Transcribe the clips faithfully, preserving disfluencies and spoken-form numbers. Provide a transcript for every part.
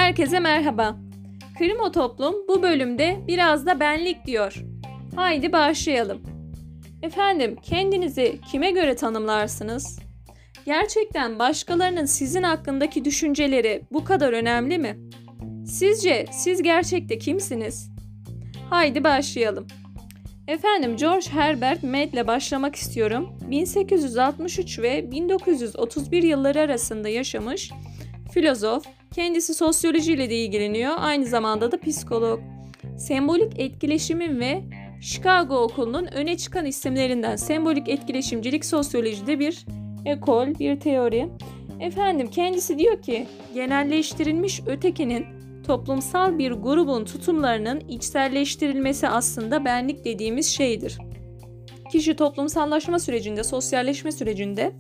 Herkese merhaba. Krimo Toplum bu bölümde biraz da benlik diyor. Haydi başlayalım. Efendim, kendinizi kime göre tanımlarsınız? Gerçekten başkalarının sizin hakkındaki düşünceleri bu kadar önemli mi? Sizce siz gerçekte kimsiniz? Haydi başlayalım. Efendim, George Herbert Mead'le başlamak istiyorum. bin sekiz yüz altmış üç ve bin dokuz yüz otuz bir yılları arasında yaşamış filozof, kendisi sosyolojiyle de ilgileniyor, aynı zamanda da psikolog. Sembolik etkileşimin ve Chicago Okulu'nun öne çıkan isimlerinden. Sembolik etkileşimcilik sosyolojide bir ekol, bir teori. Efendim, kendisi diyor ki, genelleştirilmiş ötekinin toplumsal bir grubun tutumlarının içselleştirilmesi aslında benlik dediğimiz şeydir. Kişi toplumsallaşma sürecinde, sosyalleşme sürecinde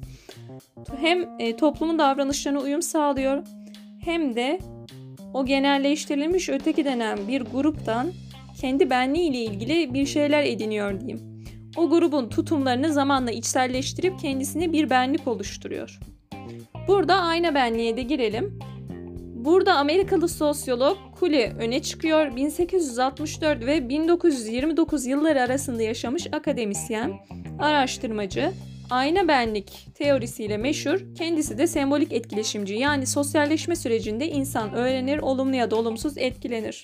hem e, toplumun davranışlarına uyum sağlıyor, hem de o genelleştirilmiş öteki denen bir gruptan kendi benliği ile ilgili bir şeyler ediniyor diyeyim. O grubun tutumlarını zamanla içselleştirip kendisine bir benlik oluşturuyor. Burada ayna benliğe de girelim. Burada Amerikalı sosyolog Cooley öne çıkıyor. bin sekiz yüz altmış dört ve bin dokuz yüz yirmi dokuz yılları arasında yaşamış akademisyen, araştırmacı, ayna benlik teorisiyle meşhur. Kendisi de sembolik etkileşimci, yani sosyalleşme sürecinde insan öğrenir, olumlu ya da olumsuz etkilenir.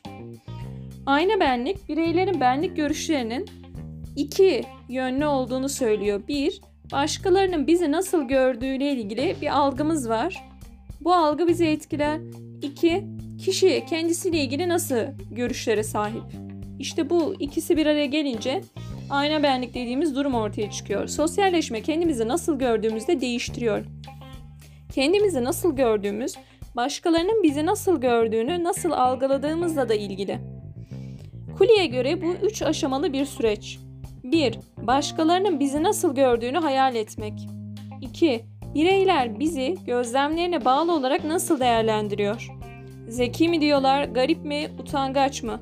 Ayna benlik, bireylerin benlik görüşlerinin iki yönlü olduğunu söylüyor. Bir, başkalarının bizi nasıl gördüğüyle ilgili bir algımız var. Bu algı bizi etkiler. İki, kişi kendisiyle ilgili nasıl görüşlere sahip. İşte bu ikisi bir araya gelince ayna benlik dediğimiz durum ortaya çıkıyor. Sosyalleşme kendimizi nasıl gördüğümüzde değiştiriyor. Kendimizi nasıl gördüğümüz, başkalarının bizi nasıl gördüğünü, nasıl algıladığımızla da ilgili. Cooley'e göre bu üç aşamalı bir süreç. bir. Başkalarının bizi nasıl gördüğünü hayal etmek. iki. Bireyler bizi gözlemlerine bağlı olarak nasıl değerlendiriyor? Zeki mi diyorlar, garip mi, utangaç mı?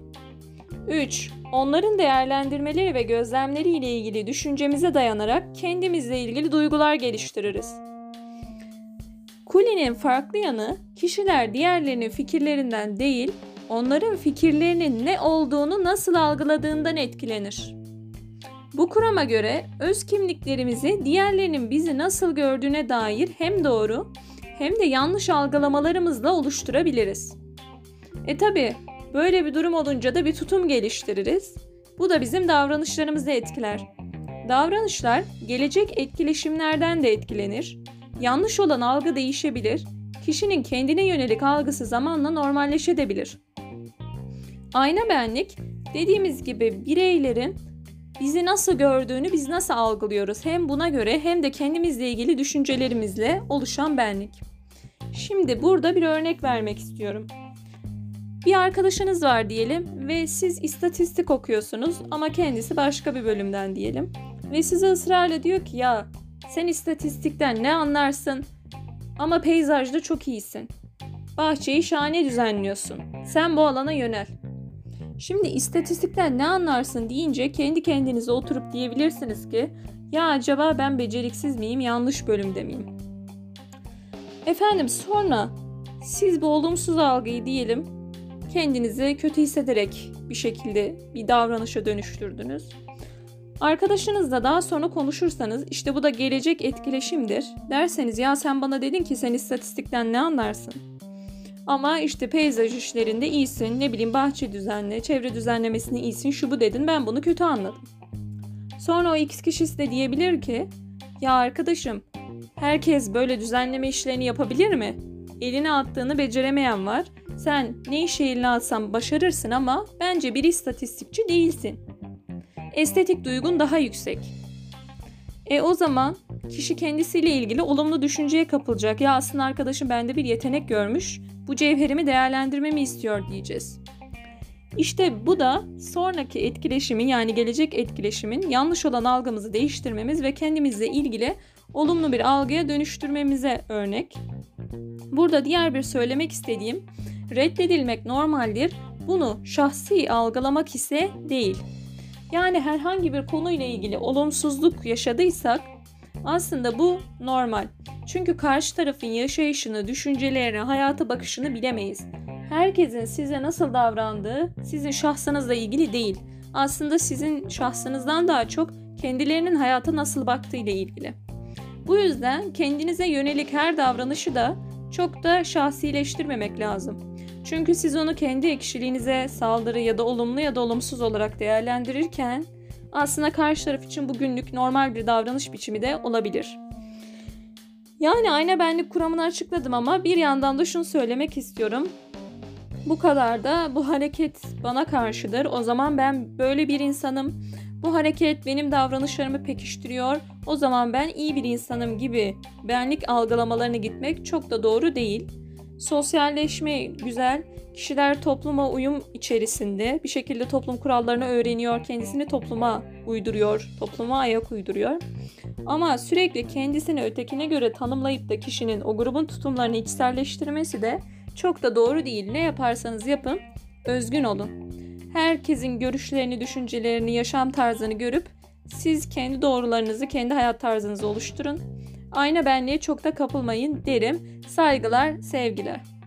üç. Onların değerlendirmeleri ve gözlemleri ile ilgili düşüncemize dayanarak kendimizle ilgili duygular geliştiririz. Cooley'nin farklı yanı, kişiler diğerlerinin fikirlerinden değil, onların fikirlerinin ne olduğunu nasıl algıladığından etkilenir. Bu kurama göre öz kimliklerimizi diğerlerinin bizi nasıl gördüğüne dair hem doğru hem de yanlış algılamalarımızla oluşturabiliriz. E tabi böyle bir durum olunca da bir tutum geliştiririz. Bu da bizim davranışlarımızı etkiler. Davranışlar gelecek etkileşimlerden de etkilenir. Yanlış olan algı değişebilir. Kişinin kendine yönelik algısı zamanla normalleşebilir. Ayna benlik, dediğimiz gibi bireylerin bizi nasıl gördüğünü biz nasıl algılıyoruz, hem buna göre hem de kendimizle ilgili düşüncelerimizle oluşan benlik. Şimdi burada bir örnek vermek istiyorum. Bir arkadaşınız var diyelim ve siz istatistik okuyorsunuz ama kendisi başka bir bölümden diyelim. Ve size ısrarla diyor ki, ya sen istatistikten ne anlarsın ama peyzajda çok iyisin. Bahçeyi şahane düzenliyorsun. Sen bu alana yönel. Şimdi istatistikten ne anlarsın deyince kendi kendinize oturup diyebilirsiniz ki, ya acaba ben beceriksiz miyim, yanlış bölümde miyim? Efendim, sonra siz bu olumsuz algıyı diyelim kendinizi kötü hissederek bir şekilde bir davranışa dönüştürdünüz. Arkadaşınızla daha sonra konuşursanız, işte bu da gelecek etkileşimdir. Derseniz, ya sen bana dedin ki sen istatistikten ne anlarsın? Ama işte peyzaj işlerinde iyisin, ne bileyim bahçe düzenle, çevre düzenlemesini iyisin, şu bu dedin, ben bunu kötü anladım. Sonra o X kişisi de diyebilir ki, ya arkadaşım, herkes böyle düzenleme işlerini yapabilir mi? Eline attığını beceremeyen var. Sen ne işe eline atsan başarırsın ama bence bir istatistikçi değilsin. Estetik duygun daha yüksek. E o zaman kişi kendisiyle ilgili olumlu düşünceye kapılacak. Ya aslında arkadaşım bende bir yetenek görmüş, bu cevherimi değerlendirmemi istiyor diyeceğiz. İşte bu da sonraki etkileşimin, yani gelecek etkileşimin yanlış olan algımızı değiştirmemiz ve kendimizle ilgili olumlu bir algıya dönüştürmemize örnek. Burada diğer bir söylemek istediğim, reddedilmek normaldir. Bunu şahsi algılamak ise değil. Yani herhangi bir konuyla ilgili olumsuzluk yaşadıysak aslında bu normal. Çünkü karşı tarafın yaşayışını, düşüncelerini, hayata bakışını bilemeyiz. Herkesin size nasıl davrandığı sizin şahsınızla ilgili değil. Aslında sizin şahsınızdan daha çok kendilerinin hayata nasıl baktığıyla ilgili. Bu yüzden kendinize yönelik her davranışı da çok da şahsileştirmemek lazım. Çünkü siz onu kendi kişiliğinize saldırı ya da olumlu ya da olumsuz olarak değerlendirirken aslında karşı taraf için bugünlük normal bir davranış biçimi de olabilir. Yani ayna benlik kuramını açıkladım ama bir yandan da şunu söylemek istiyorum. Bu kadar da bu hareket bana karşıdır. O zaman ben böyle bir insanım. Bu hareket benim davranışlarımı pekiştiriyor. O zaman ben iyi bir insanım gibi benlik algılamalarına gitmek çok da doğru değil. Sosyalleşme güzel. Kişiler topluma uyum içerisinde bir şekilde toplum kurallarını öğreniyor. Kendisini topluma uyduruyor. Topluma ayak uyduruyor. Ama sürekli kendisini ötekine göre tanımlayıp da kişinin o grubun tutumlarını içselleştirmesi de çok da doğru değil. Ne yaparsanız yapın, özgün olun. Herkesin görüşlerini, düşüncelerini, yaşam tarzını görüp siz kendi doğrularınızı, kendi hayat tarzınızı oluşturun. Ayna benliğe çok da kapılmayın derim. Saygılar, sevgiler.